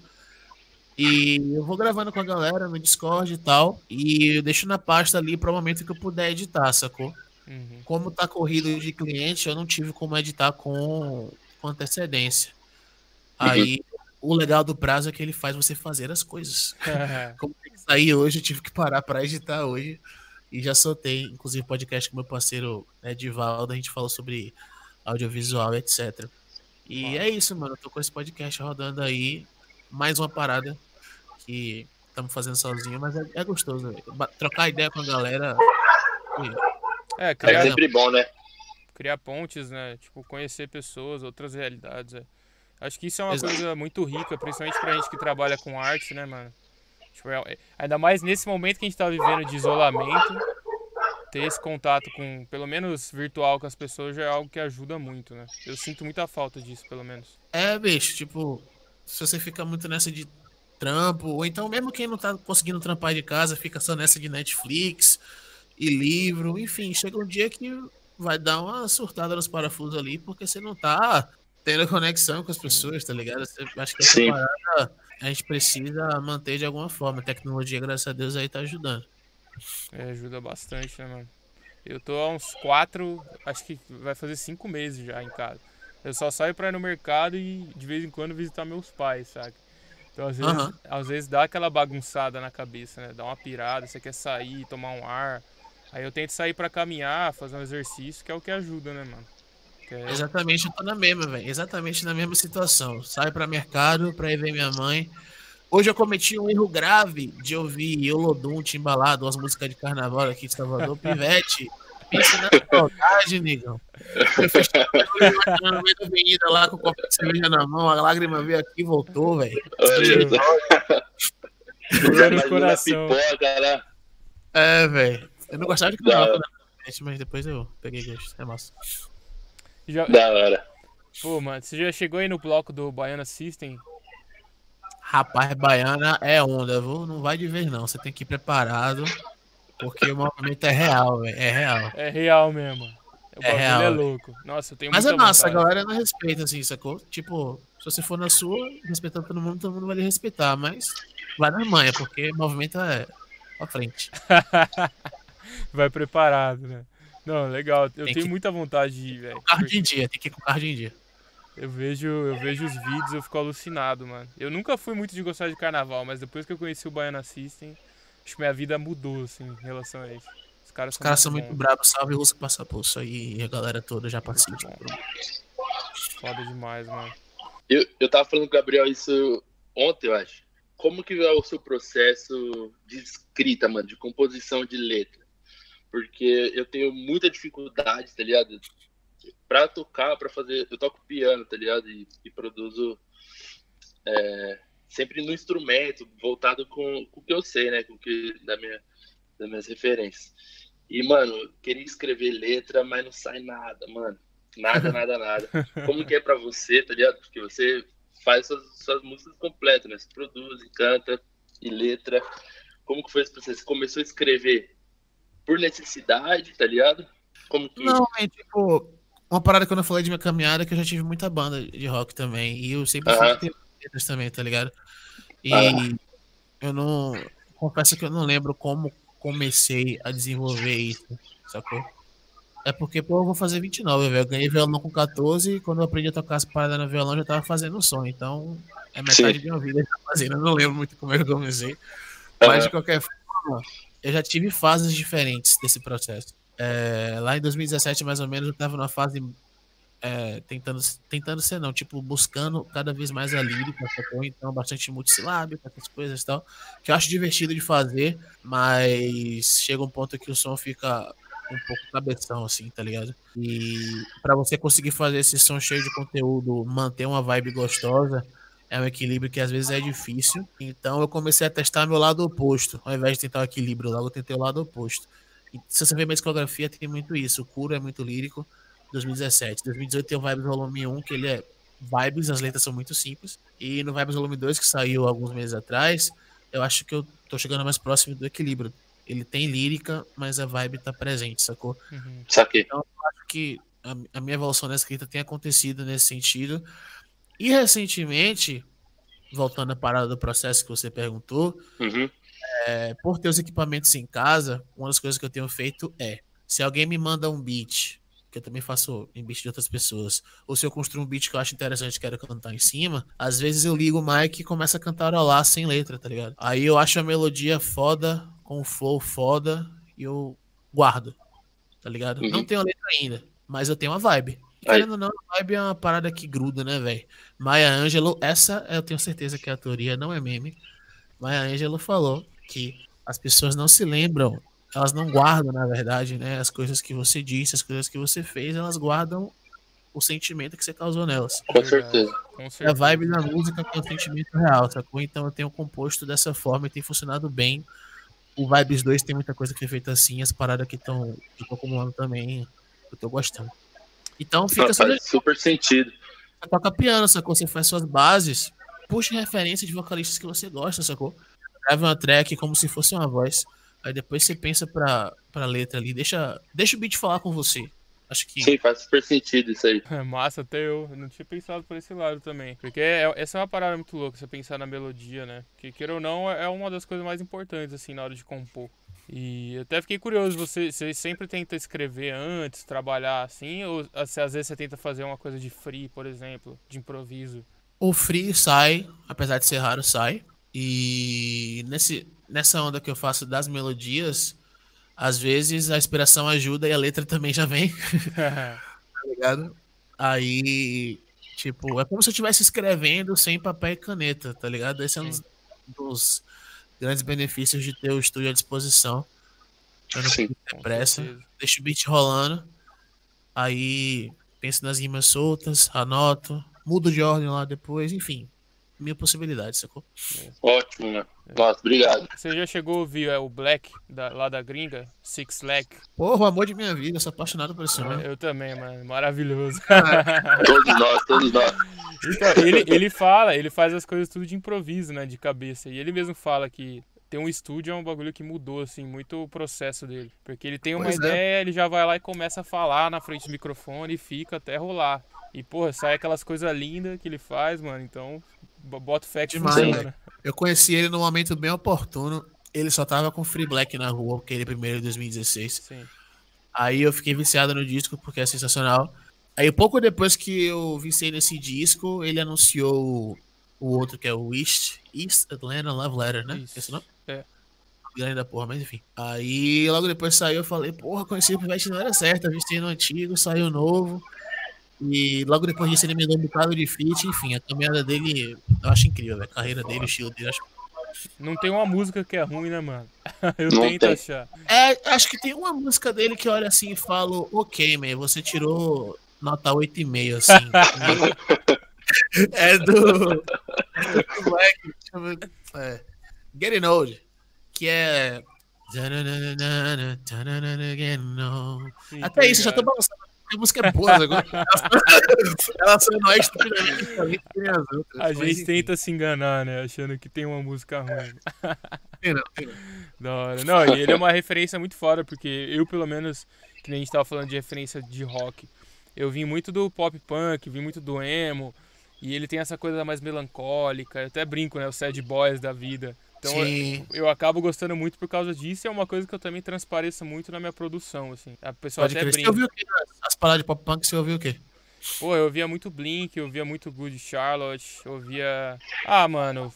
E eu vou gravando com a galera no Discord e tal. E eu deixo na pasta ali pro momento que eu puder editar, sacou? Uhum. Como tá corrido de cliente, eu não tive como editar com, com antecedência. Aí, o legal do prazo é que ele faz você fazer as coisas. Como tem que sair hoje, eu tive que parar para editar hoje. E já soltei, inclusive, podcast com meu parceiro Edivaldo. A gente falou sobre audiovisual, etcétera. E é isso, mano. Eu tô com esse podcast rodando aí. Mais uma parada que estamos fazendo sozinho, mas é, é gostoso. Véio. Trocar ideia com a galera. É, É criar, sempre bom, né? criar pontes, né? Tipo, conhecer pessoas, outras realidades. É. Acho que isso é uma Exato. coisa muito rica, principalmente pra gente que trabalha com arte, né, mano? Tipo, é- é- ainda mais nesse momento que a gente tá vivendo de isolamento, ter esse contato com, pelo menos virtual, com as pessoas já é algo que ajuda muito, né? Eu sinto muita falta disso, pelo menos. É, bicho, tipo, se você fica muito nessa de trampo, ou então mesmo quem não tá conseguindo trampar de casa, fica só nessa de Netflix e livro, enfim, chega um dia que vai dar uma surtada nos parafusos ali, porque você não tá tendo conexão com as pessoas, tá ligado? Você, acho que essa Sim. parada a gente precisa manter de alguma forma. A tecnologia, graças a Deus, aí tá ajudando. É, ajuda bastante, né, mano? Eu tô há uns quatro, acho que vai fazer cinco meses já em casa. Eu só saio pra ir no mercado e de vez em quando visitar meus pais, sabe? Então às vezes, Aham. às vezes dá aquela bagunçada na cabeça, né? Dá uma pirada, você quer sair, tomar um ar. Aí eu tento sair pra caminhar, fazer um exercício, que é o que ajuda, né, mano? Que é- Exatamente, eu tô na mesma, velho. Exatamente na mesma situação. Saio pra mercado pra ir ver minha mãe. Hoje eu cometi um erro grave de ouvir Olodum, Timbalado, as músicas de carnaval aqui de Salvador. Pivete, pense na saudade, negão. Eu fechei o olho lá no meio da avenida lá com o copo de cerveja na mão, a lágrima veio aqui e voltou, velho. Olha Dor só. no Imagina a coração. pipoca, né? É, velho. Eu não gostava de Da carnaval, hora. né? Mas depois eu peguei gosto. É massa. Já- Da hora. Pô, mano, você já chegou aí no bloco do Baiana System? Rapaz, baiana é onda, viu? Não vai de vez, não. Você tem que ir preparado, porque o movimento é real, velho. É real. É real mesmo. O bagulho é, real. louco. Nossa, eu tenho Mas é muita massa, a vontade. galera não respeita, assim, sacou? Tipo, se você for na sua, respeitando todo mundo, todo mundo vai lhe respeitar, mas vai na manha, porque o movimento é pra frente. Vai preparado, né? Não, legal. Eu Tem tenho que- muita vontade de ir, velho. Carro de dia, tem que ir com carro de dia. Eu vejo, eu vejo os vídeos, eu fico alucinado, mano. Eu nunca fui muito de gostar de carnaval, mas depois que eu conheci o Baiana System, acho que minha vida mudou, assim, em relação a isso. Os caras Os são caras são muito muito bons. bravos, salve Russo Passapulso aí, e a galera toda já participa. bom. Foda demais, mano. Eu, eu tava falando com o Gabriel isso ontem, eu acho. Como que é o seu processo de escrita, mano, de composição de letra? Porque eu tenho muita dificuldade, tá ligado? Pra tocar, pra fazer... Eu toco piano, tá ligado? E, e produzo é, sempre no instrumento, voltado com, com o que eu sei, né? Com o que da minha, das minhas referências. E, mano, eu queria escrever letra, mas não sai nada, mano. Nada, nada, nada. Como que é pra você, tá ligado? Porque você faz suas, suas músicas completas, né? Você produz, e canta e letra. Como que foi esse processo? Você começou a escrever por necessidade, tá ligado? Como que... Não, é tipo, uma parada que eu não falei de minha caminhada, que eu já tive muita banda de rock também, e eu sempre fui Aham. de ter letras também, tá ligado? E Aham. eu não, confesso que eu não lembro como comecei a desenvolver isso, sacou? É porque, pô, eu vou fazer vinte e nove, velho. Eu ganhei violão com quatorze e quando eu aprendi a tocar as paradas no violão, eu já tava fazendo som. Então, é metade Sim. de uma vida já fazendo. Eu não lembro muito como é que eu comecei. Mas, de Aham. qualquer forma, eu já tive fases diferentes desse processo. É, lá em dois mil e dezessete, mais ou menos, eu tava numa fase é, tentando, tentando ser, não, tipo, buscando cada vez mais a lírica, sacou? Então, bastante multissilábico, essas coisas e tal, que eu acho divertido de fazer, mas chega um ponto que o som fica um pouco cabeção, assim, tá ligado? E pra você conseguir fazer esse som cheio de conteúdo, manter uma vibe gostosa, é um equilíbrio que às vezes é difícil. Então eu comecei a testar meu lado oposto. Ao invés de tentar o equilíbrio, logo eu tentei o lado oposto. E se você ver minha discografia, tem muito isso. O Curo é muito lírico. dois mil e dezessete. dois mil e dezoito tem o Vibes Volume um, que ele é vibes, as letras são muito simples. E no Vibes Volume dois, que saiu alguns meses atrás, eu acho que eu tô chegando mais próximo do equilíbrio. Ele tem lírica, mas a vibe tá presente, sacou? Uhum. Saquei. Então eu acho que a, a minha evolução na escrita tem acontecido nesse sentido. E recentemente, voltando à parada do processo que você perguntou, Uhum. é, por ter os equipamentos em casa, uma das coisas que eu tenho feito é, se alguém me manda um beat, que eu também faço em beat de outras pessoas, ou se eu construo um beat que eu acho interessante e quero cantar em cima, às vezes eu ligo o mic e começo a cantarolar sem letra, tá ligado? Aí eu acho a melodia foda, com o flow foda, e eu guardo, tá ligado? Uhum. Não tenho a letra ainda, mas eu tenho a vibe. E Aí. querendo ou não, a vibe é uma parada que gruda, né, velho? Maya Angelou, essa eu tenho certeza que é a teoria, não é meme. Maya Angelou falou que as pessoas não se lembram, elas não guardam, na verdade, né, as coisas que você disse, as coisas que você fez, elas guardam o sentimento que você causou nelas. Com Verdade. certeza. Com É a certeza. vibe da música com o sentimento real, sacou? Então eu tenho composto dessa forma e tem funcionado bem. O Vibes dois tem muita coisa que é feita assim, as paradas que estão que estão acumulando também, eu tô gostando. Então fica Não, a sugestão. faz super sentido. Você toca piano, sacou? Você faz suas bases, puxa referência de vocalistas que você gosta, sacou? Grave uma track como se fosse uma voz. Aí depois você pensa pra, pra letra ali, deixa, deixa o beat falar com você. Acho que Sim, faz super sentido isso aí. É massa, até eu. Eu não tinha pensado por esse lado também. Porque é- essa é uma parada muito louca, você pensar na melodia, né? Que, queira ou não, é uma das coisas mais importantes, assim, na hora de compor. E eu até fiquei curioso, você, você sempre tenta escrever antes, trabalhar assim, ou se às vezes você tenta fazer uma coisa de free, por exemplo, de improviso? o free sai, apesar de ser raro, sai. E nesse, nessa onda que eu faço das melodias, às vezes a inspiração ajuda e a letra também já vem, tá ligado? Aí, tipo, é como se eu estivesse escrevendo sem papel e caneta, tá ligado? Esse é um dos, dos grandes benefícios de ter o estúdio à disposição. Eu não Sim. preciso ter Com pressa, certeza. deixo o beat rolando, aí penso nas rimas soltas, anoto, mudo de ordem lá depois, enfim, mil possibilidades, sacou? Ótimo, né? Nossa, obrigado. Você já chegou a ouvir é, o Black, da- lá da gringa? Six Leg? Porra, o amor de minha vida, eu sou apaixonado por esse homem. É, eu também, mano. Maravilhoso. Todos nós, todos nós. Então, ele, ele fala, ele faz as coisas tudo de improviso, né? De cabeça. E ele mesmo fala que ter um estúdio é um bagulho que mudou, assim, muito o processo dele. Porque ele tem uma Pois é. ideia, ele já vai lá e começa a falar na frente do microfone e fica até rolar. E, porra, sai aquelas coisas lindas que ele faz, mano. Então, b- bota fé que Demais, funciona. velho. Eu conheci ele num momento bem oportuno. Ele só tava com Free Black na rua, aquele primeiro de dois mil e dezesseis. Sim. Aí eu fiquei viciado no disco porque é sensacional. Aí pouco depois que eu viciei nesse disco, ele anunciou o outro que é o East, East Atlanta Love Letter, né? Isso. Esse não? É. Grande da porra, mas enfim. Aí logo depois saiu, eu falei, porra, conheci o Pivete, não era certo, eu viciei no antigo, saiu novo. E logo depois disso ele me deu um bocado de feat, enfim, a caminhada dele eu acho incrível, velho. A carreira dele, o estilo dele, eu acho. Não tem uma música que é ruim, né, mano? Eu Não tento tem. achar. É, acho que tem uma música dele que eu olho assim e falo, ok, man, você tirou nota oito e meio, assim. É do. Black, deixa eu ver. É, Getting Old, que é. Getting Old. Sim, Até tô isso, eu já tô ligado. balançando. A música é boa agora. Ela só não é estupidamente diferente que nem as outras. A mas gente enfim. tenta se enganar, né? Achando que tem uma música ruim. Tem não, tem não. Da hora. Não, e ele é uma referência muito foda, porque eu, pelo menos, que nem a gente tava falando de referência de rock, eu vim muito do pop punk, vim muito do emo, e ele tem essa coisa mais melancólica, eu até brinco, né? Os sad boys da vida. Então Sim. eu, eu acabo gostando muito por causa disso e é uma coisa que eu também transpareço muito na minha produção, assim. A pessoa Pode até crer. Você brinca. ouviu o quê? As paradas de pop punk, você ouviu o quê? Pô, eu ouvia muito Blink, eu ouvia muito Good Charlotte, eu ouvia... Ah, mano...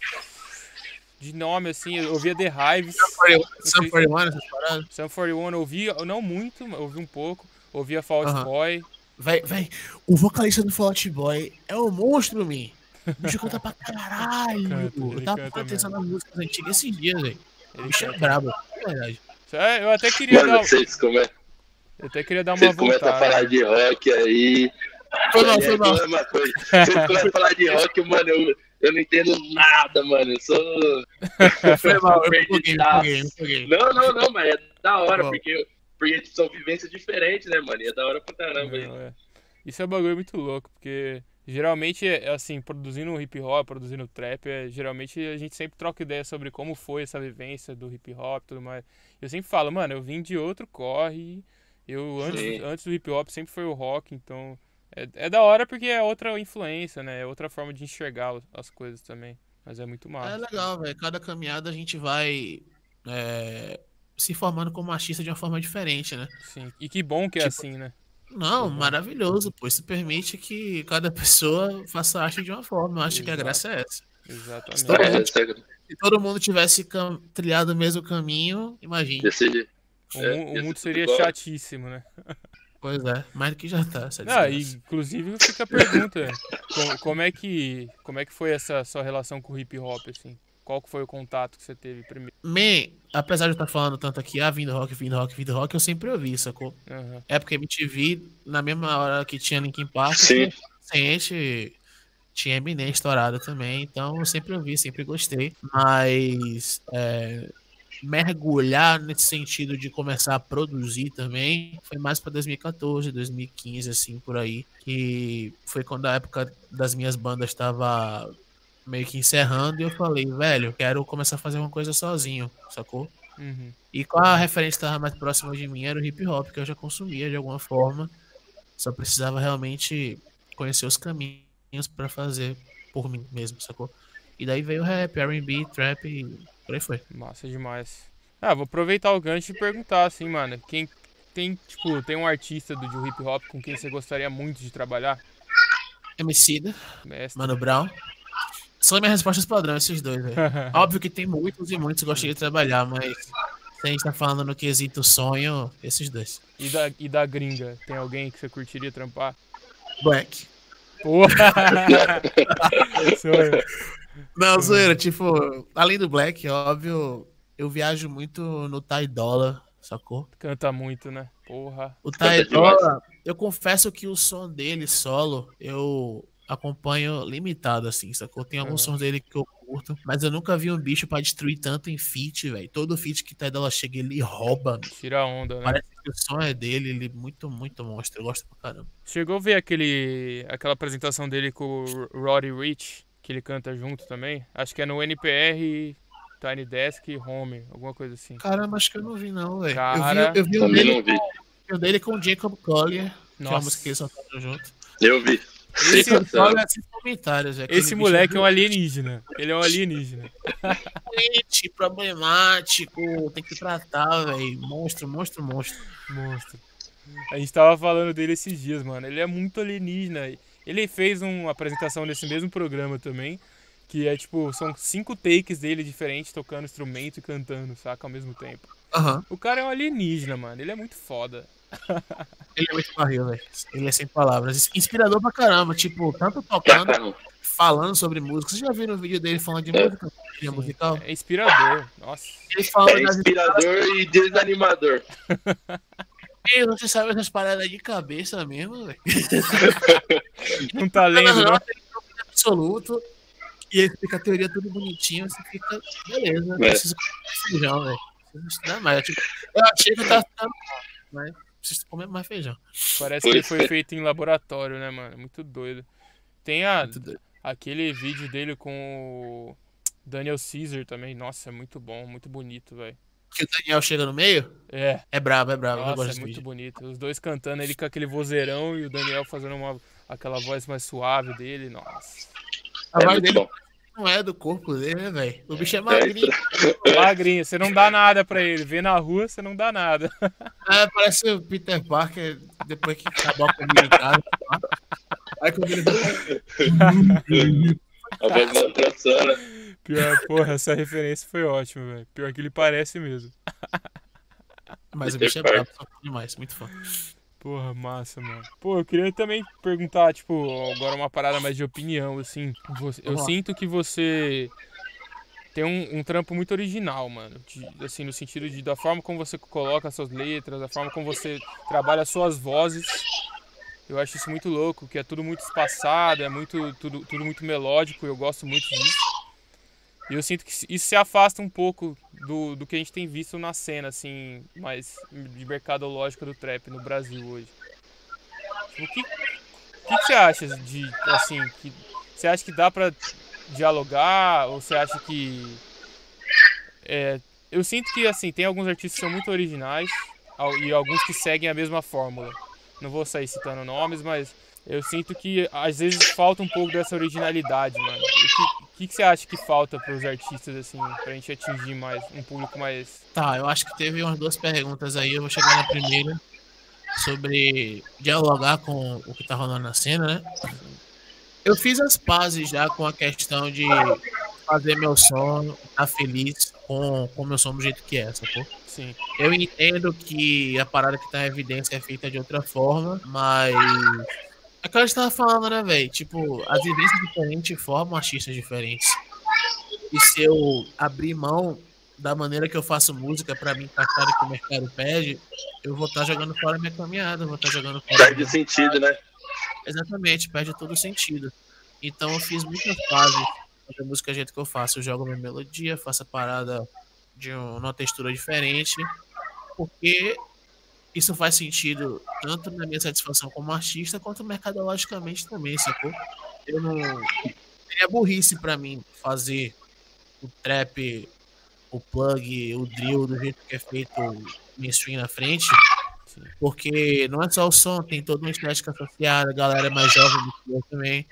De nome, assim, eu ouvia The Hives. Sum quarenta e um, essas paradas? Sum quarenta e um eu ouvia, não muito, eu ouvi um pouco. Ouvia Fall Out Aham. Boy. Véi, véi, o vocalista do Fall Out Boy é um monstro, mim. O bicho canta pra caralho. Canta, ele eu tava canta prestando atenção mesmo. nas músicas antigas esses dias, velho. O Ele bicho é canta. brabo, é verdade. É, eu até queria Mano, dar, vocês come... eu até queria dar uma vocês começam a voltada. falar de rock aí. Foi mal, aí foi é mal. aquela mesma coisa. Vocês começam a falar de rock, mano, eu, eu não entendo nada, mano. Eu sou. Foi mal, eu me perdidaço. empolguei, me empolguei, me empolguei. Não, não, não, mas é da hora, Bom. porque, porque são vivências diferentes, né, mano? E é da hora pra caramba. Não, é. Isso é um bagulho muito louco, porque geralmente, é assim, produzindo hip hop, produzindo trap, é, geralmente a gente sempre troca ideia sobre como foi essa vivência do hip hop e tudo mais. Eu sempre falo, mano, eu vim de outro corre, eu antes, Sim. antes do hip hop sempre foi o rock, então é, é da hora porque é outra influência, né? É outra forma de enxergar as coisas também. Mas é muito massa. É legal, velho. Cada caminhada a gente vai é, se formando como artista de uma forma diferente, né? Sim. E que bom que é Tipo, assim, né? Não, Uhum. maravilhoso, pô. Isso permite que cada pessoa faça arte de uma forma. Eu acho que a Exato. graça é essa. Exatamente. Todo É, mundo- essa é Se todo mundo tivesse cam- trilhado o mesmo caminho, imagine. desse jeito. O, É, mu- o ia mundo ser seria tudo igual. chatíssimo, né? Pois é, mais do que já tá. Essa Não, e, desgraça. inclusive fica a pergunta, como, como é que como é que foi essa sua relação com o hip hop, assim? Qual que foi o contato que você teve primeiro? Man, apesar de eu estar falando tanto aqui, ah, vindo rock, vindo rock, vindo rock, eu sempre ouvi, sacou? Aham. Época M T V, na mesma hora que tinha Linkin Park, Sim. gente tinha Eminem estourada também, então eu sempre ouvi, sempre gostei. Mas é, mergulhar nesse sentido de começar a produzir também foi mais para dois mil e quatorze, dois mil e quinze, assim, por aí, que foi quando a época das minhas bandas estava meio que encerrando e eu falei, velho, quero começar a fazer uma coisa sozinho, sacou? Uhum. E qual a referência que estava mais próxima de mim era o hip hop, que eu já consumia de alguma forma, só precisava realmente conhecer os caminhos para fazer por mim mesmo, sacou? E daí veio o rap, R and B, trap e por aí foi. Massa demais. Ah, vou aproveitar o gancho e perguntar, assim, mano, quem tem, tipo, tem um artista do, de hip hop com quem você gostaria muito de trabalhar? Emicida, Mestre. Mano Brown. São minhas respostas padrão, esses dois, velho. Óbvio que tem muitos e muitos que eu gostaria de trabalhar, mas se a gente tá falando no quesito sonho, esses dois. E da, e da gringa, tem alguém que você curtiria trampar? Black. Porra! Sou eu. Não, zoeira, tipo, além do Black, óbvio, eu viajo muito no Ty Dolla, sacou? Canta muito, né? Porra. O Ty Canta demais. Dolla, eu confesso que o som dele solo, eu acompanho limitado, assim, sacou? Tem alguns Uhum. sons dele que eu curto, mas eu nunca vi um bicho pra destruir tanto em feat, velho. Todo feat que Ty Dolla chega, ele rouba. Tira a onda, né? Parece que o som é dele, ele é muito, muito monstro. Eu gosto pra caramba. Chegou a ver aquele, aquela apresentação dele com o Roddy Ricch, que ele canta junto também? Acho que é no N P R, Tiny Desk e Home, alguma coisa assim. Caramba, acho que eu não vi, não, velho. Cara, Eu vi, eu vi um Também dele, não vi. com- o dele com o Jacob Collier, que é uma Nossa. música que eles soltaram junto. Eu vi. Esse, Jacob Collier é sem comentários, velho. esse moleque é um alienígena. Ele é um alienígena. Doente, problemático, tem que tratar, velho. Monstro, monstro, monstro. Monstro. A gente tava falando dele esses dias, mano. Ele é muito alienígena. Ele fez uma apresentação nesse mesmo programa também. Que é tipo, são cinco takes dele diferentes, tocando instrumento e cantando, saca? Ao mesmo tempo. Aham. O cara é um alienígena, mano. Ele é muito foda. Ele é muito barril, velho. Ele é sem palavras. Inspirador pra caramba, tipo, tanto Pra tocando, caramba. falando sobre música. Vocês já viram o vídeo dele falando de música? De musical? É inspirador. Nossa. Ele falando É das inspirador e desanimador. Ei, você sabe essas paradas de cabeça mesmo, velho? Não tá lendo, não? Absoluto. E ele explica a teoria tudo bonitinho, você fica, beleza, É. preciso comer feijão, velho. Preciso estudar mais. Tipo, eu achei que eu tava ficando bom, mas preciso comer mais feijão. Parece que ele Pois foi é. feito em laboratório, né, mano? Muito doido. Tem a, Muito doido. aquele vídeo dele com o Daniel Caesar também. Nossa, é muito bom, muito bonito, velho. Que o Daniel chega no meio, É, é brabo, é brabo. eu nossa, gosto é desse muito vídeo. bonito. Os dois cantando, ele com aquele vozeirão e o Daniel fazendo uma, aquela voz mais suave dele. Nossa. A É voz muito dele bom. não é do corpo dele, né, velho? O bicho é magrinho. Magrinho, você não dá nada pra ele. Vê na rua, você não dá nada. É, parece o Peter Parker depois que acabou a comida em casa. Aí quando ele A voz da atração, né? Pior, porra, essa referência foi ótima, velho. Pior que ele parece mesmo. Mas o bicho é brabo, só demais, muito fã. Porra, massa, mano. Pô, eu queria também perguntar, tipo, agora uma parada mais de opinião, assim. Você- eu Vamos lá. sinto que você tem um, um trampo muito original, mano. De- assim, no sentido de da forma como você coloca as suas letras, da forma como você trabalha as suas vozes. Eu acho isso muito louco, que é tudo muito espaçado, é muito, tudo, tudo muito melódico, eu gosto muito disso. E eu sinto que isso se afasta um pouco do, do que a gente tem visto na cena, assim, mais de mercadológica do trap no Brasil hoje. Tipo, o que, o que que você acha de, assim, que você acha que dá pra dialogar, ou você acha que... é, eu sinto que, assim, tem alguns artistas que são muito originais al- e alguns que seguem a mesma fórmula. Não vou sair citando nomes, mas eu sinto que às vezes falta um pouco dessa originalidade, mano. O que, o que que você acha que falta pros artistas, assim, pra gente atingir mais, um público mais... Tá, eu acho que teve umas duas perguntas aí, eu vou chegar na primeira, sobre dialogar com o que tá rolando na cena, né? Eu fiz as pazes já com a questão de fazer meu som, estar feliz com o meu som do jeito que é, sacou? Sim, Eu entendo que a parada que tá em evidência é feita de outra forma, mas. É que a gente tava falando, né, velho? Tipo, as vivências diferentes formam artistas diferentes. E se eu abrir mão da maneira que eu faço música pra mim encaixar o que o mercado pede, eu vou estar jogando fora a minha caminhada, eu vou estar jogando fora. Perde minha... sentido, né? Exatamente, perde todo o sentido. Então eu fiz muitas fases da música do jeito que eu faço. Eu jogo minha melodia, faço a parada de um- uma textura diferente, porque isso faz sentido tanto na minha satisfação como artista, quanto mercadologicamente também, sacou? Eu não. Seria burrice pra mim fazer o trap, o plug, o drill do jeito que é feito mainstream na frente, sim. porque não é só o som, tem toda uma estética associada, a galera é mais jovem do que eu também.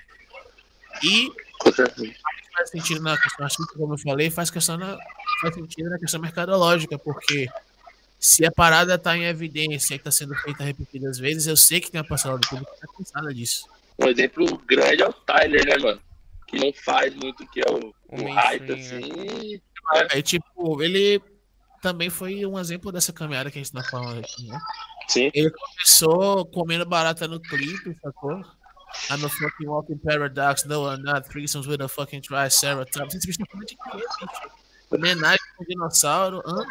E Com certeza. faz sentido na questão artística, como eu falei, faz, questão na, faz sentido na questão mercadológica, porque se a parada tá em evidência e tá sendo feita repetidas vezes, eu sei que tem uma parcela do público que tá cansada disso. Um exemplo grande é o Tyler, né, mano? Que não faz muito que é o, O o hype, mainstream, assim. É, tipo, ele também foi um exemplo dessa caminhada que a gente tá falando aqui, né? Sim. Ele começou comendo barata no clipe, sacou? I'm a fucking walking paradox, no I'm not, threesomes with a fucking triceratops. Esse bicho tá falando de quê, bicho? Homenagem com dinossauro, hã?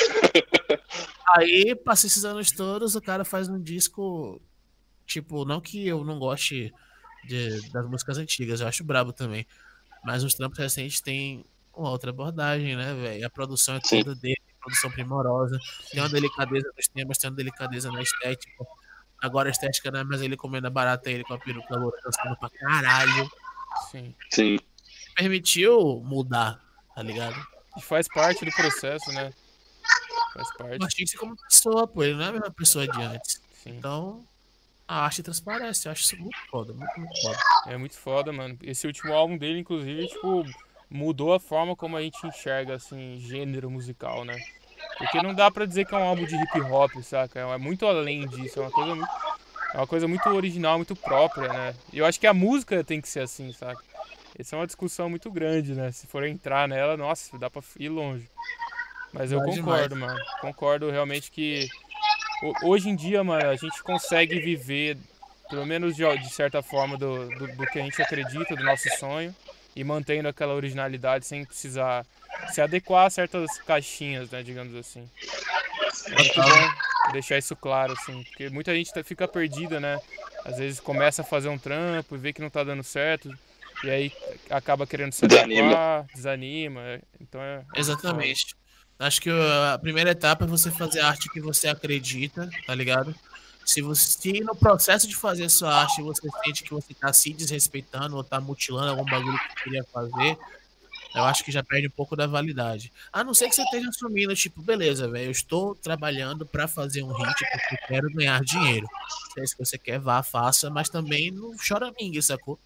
Aí, passa esses anos todos, o cara faz um disco, tipo, não que eu não goste de- das músicas antigas, eu acho brabo também, mas os trampos recentes têm uma outra abordagem, né, velho? A produção é Sim. toda dele, produção primorosa, tem uma delicadeza nos temas, tem uma delicadeza na estética. Agora a estética não é mais ele comendo a barata, ele com a peruca loura dançando pra caralho. Sim. Sim. Permitiu mudar, tá ligado? E faz parte do processo, né? Faz O parte, artista como pessoa, pô, ele não é a mesma pessoa de antes. sim. Então, a arte transparece, eu acho isso muito foda, muito, muito foda. É muito foda, mano. Esse último álbum dele, inclusive, tipo, mudou a forma como a gente enxerga, assim, gênero musical, né? Porque não dá pra dizer que é um álbum de hip hop, saca? É muito além disso, é uma coisa muito, é uma coisa muito original, muito própria, né? E eu acho que a música tem que ser assim, saca? Essa é uma discussão muito grande, né? Se for entrar nela, nossa, dá pra ir longe. Mas eu Vai concordo, mano. Concordo realmente que ho- hoje em dia, mano, a gente consegue viver, pelo menos de, de certa forma, do, do, do que a gente acredita, do nosso sonho, e mantendo aquela originalidade sem precisar se adequar a certas caixinhas, né, digamos assim. É muito bom deixar isso claro, assim, porque muita gente tá- fica perdida, né? Às vezes começa a fazer um trampo e vê que não tá dando certo, e aí acaba querendo se Desanima. adequar, desanima. é- Então é. é Exatamente. Acho que a primeira etapa é você fazer a arte que você acredita, tá ligado? Se você se no processo de fazer a sua arte você sente que você tá se desrespeitando ou tá mutilando algum bagulho que você queria fazer, eu acho que já perde um pouco da validade. A não ser que você esteja assumindo, tipo, beleza, velho, eu estou trabalhando pra fazer um hit porque eu quero ganhar dinheiro. Se é isso que você quer, vá, faça, mas também não chora mingue, sacou?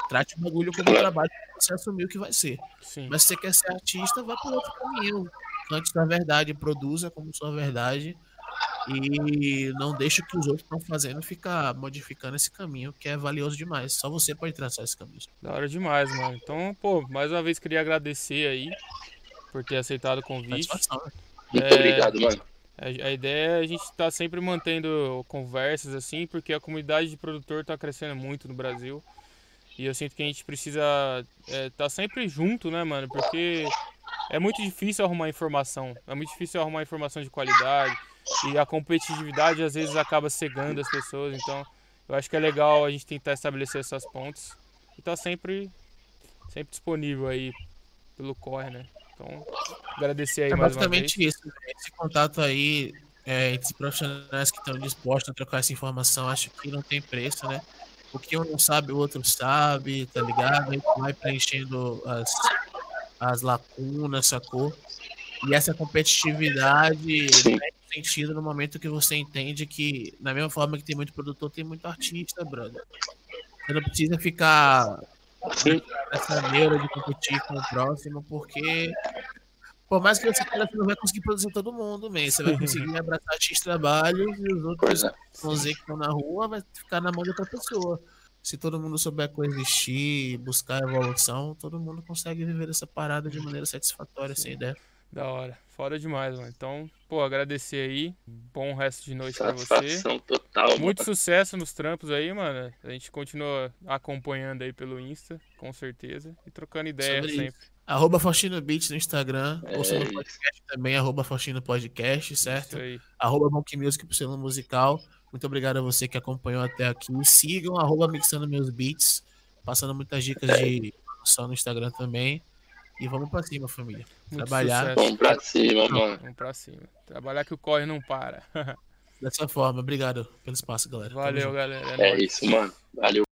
Trate o bagulho como um trabalho que você assumiu que vai ser. Sim. Mas se você quer ser artista, vai por outro caminho. Cante sua verdade, produza como sua verdade e não deixe o que os outros estão fazendo ficar modificando esse caminho, que é valioso demais. Só você pode traçar esse caminho. Da hora demais, mano. Então, pô, mais uma vez queria agradecer aí por ter aceitado o convite. Satisfação, né? Muito É, obrigado, mano. A, a ideia é a gente estar sempre mantendo conversas assim, porque a comunidade de produtor está crescendo muito no Brasil. E eu sinto que a gente precisa estar é, sempre junto, né, mano? Porque é muito difícil arrumar informação. É muito difícil arrumar informação de qualidade. E a competitividade às vezes acaba cegando as pessoas. Então, eu acho que é legal a gente tentar estabelecer essas pontes. E tá sempre, sempre disponível aí pelo corre, né? Então, agradecer aí É mais uma vez. basicamente isso, né? Esse contato aí é, entre profissionais que estão dispostos a trocar essa informação, acho que não tem preço, né? O que um não sabe, o outro sabe, tá ligado? A gente vai preenchendo as, as lacunas, sacou? E essa competitividade Sim. faz sentido no momento que você entende que, da mesma forma que tem muito produtor, tem muito artista, brother. Você não precisa ficar Sim. nessa neura de competir com o próximo, porque por mais que você queira, você não vai conseguir produzir todo mundo, man. Você vai conseguir abraçar X trabalhos e os outros Pois é. vão dizer que estão na rua, vai ficar na mão de outra pessoa. Se todo mundo souber coexistir, buscar evolução, todo mundo consegue viver essa parada de maneira satisfatória, sem ideia. Da hora. Fora demais, mano. Então, pô, agradecer aí. Bom resto de noite pra você. Satisfação total, Muito mano. sucesso nos trampos aí, mano. A gente continua acompanhando aí pelo Insta, com certeza. E trocando ideia Sobre sempre. isso. Arroba Faustino Beats no Instagram, É ouça no isso. podcast também, arroba Faustino Podcast, certo? Isso aí. Arroba Monkey Music pro selo musical. Muito obrigado a você que acompanhou até aqui. Sigam arroba Mixando Meus Beats, passando muitas dicas de produção no Instagram também. E vamos pra cima, família. Muito Trabalhar sucesso. Vamos pra cima, mano. Vamos pra cima. Trabalhar que o corre não para. dessa forma. Obrigado pelo espaço, galera. Tamo Valeu, junto. galera. É É nóis. isso, mano. Valeu.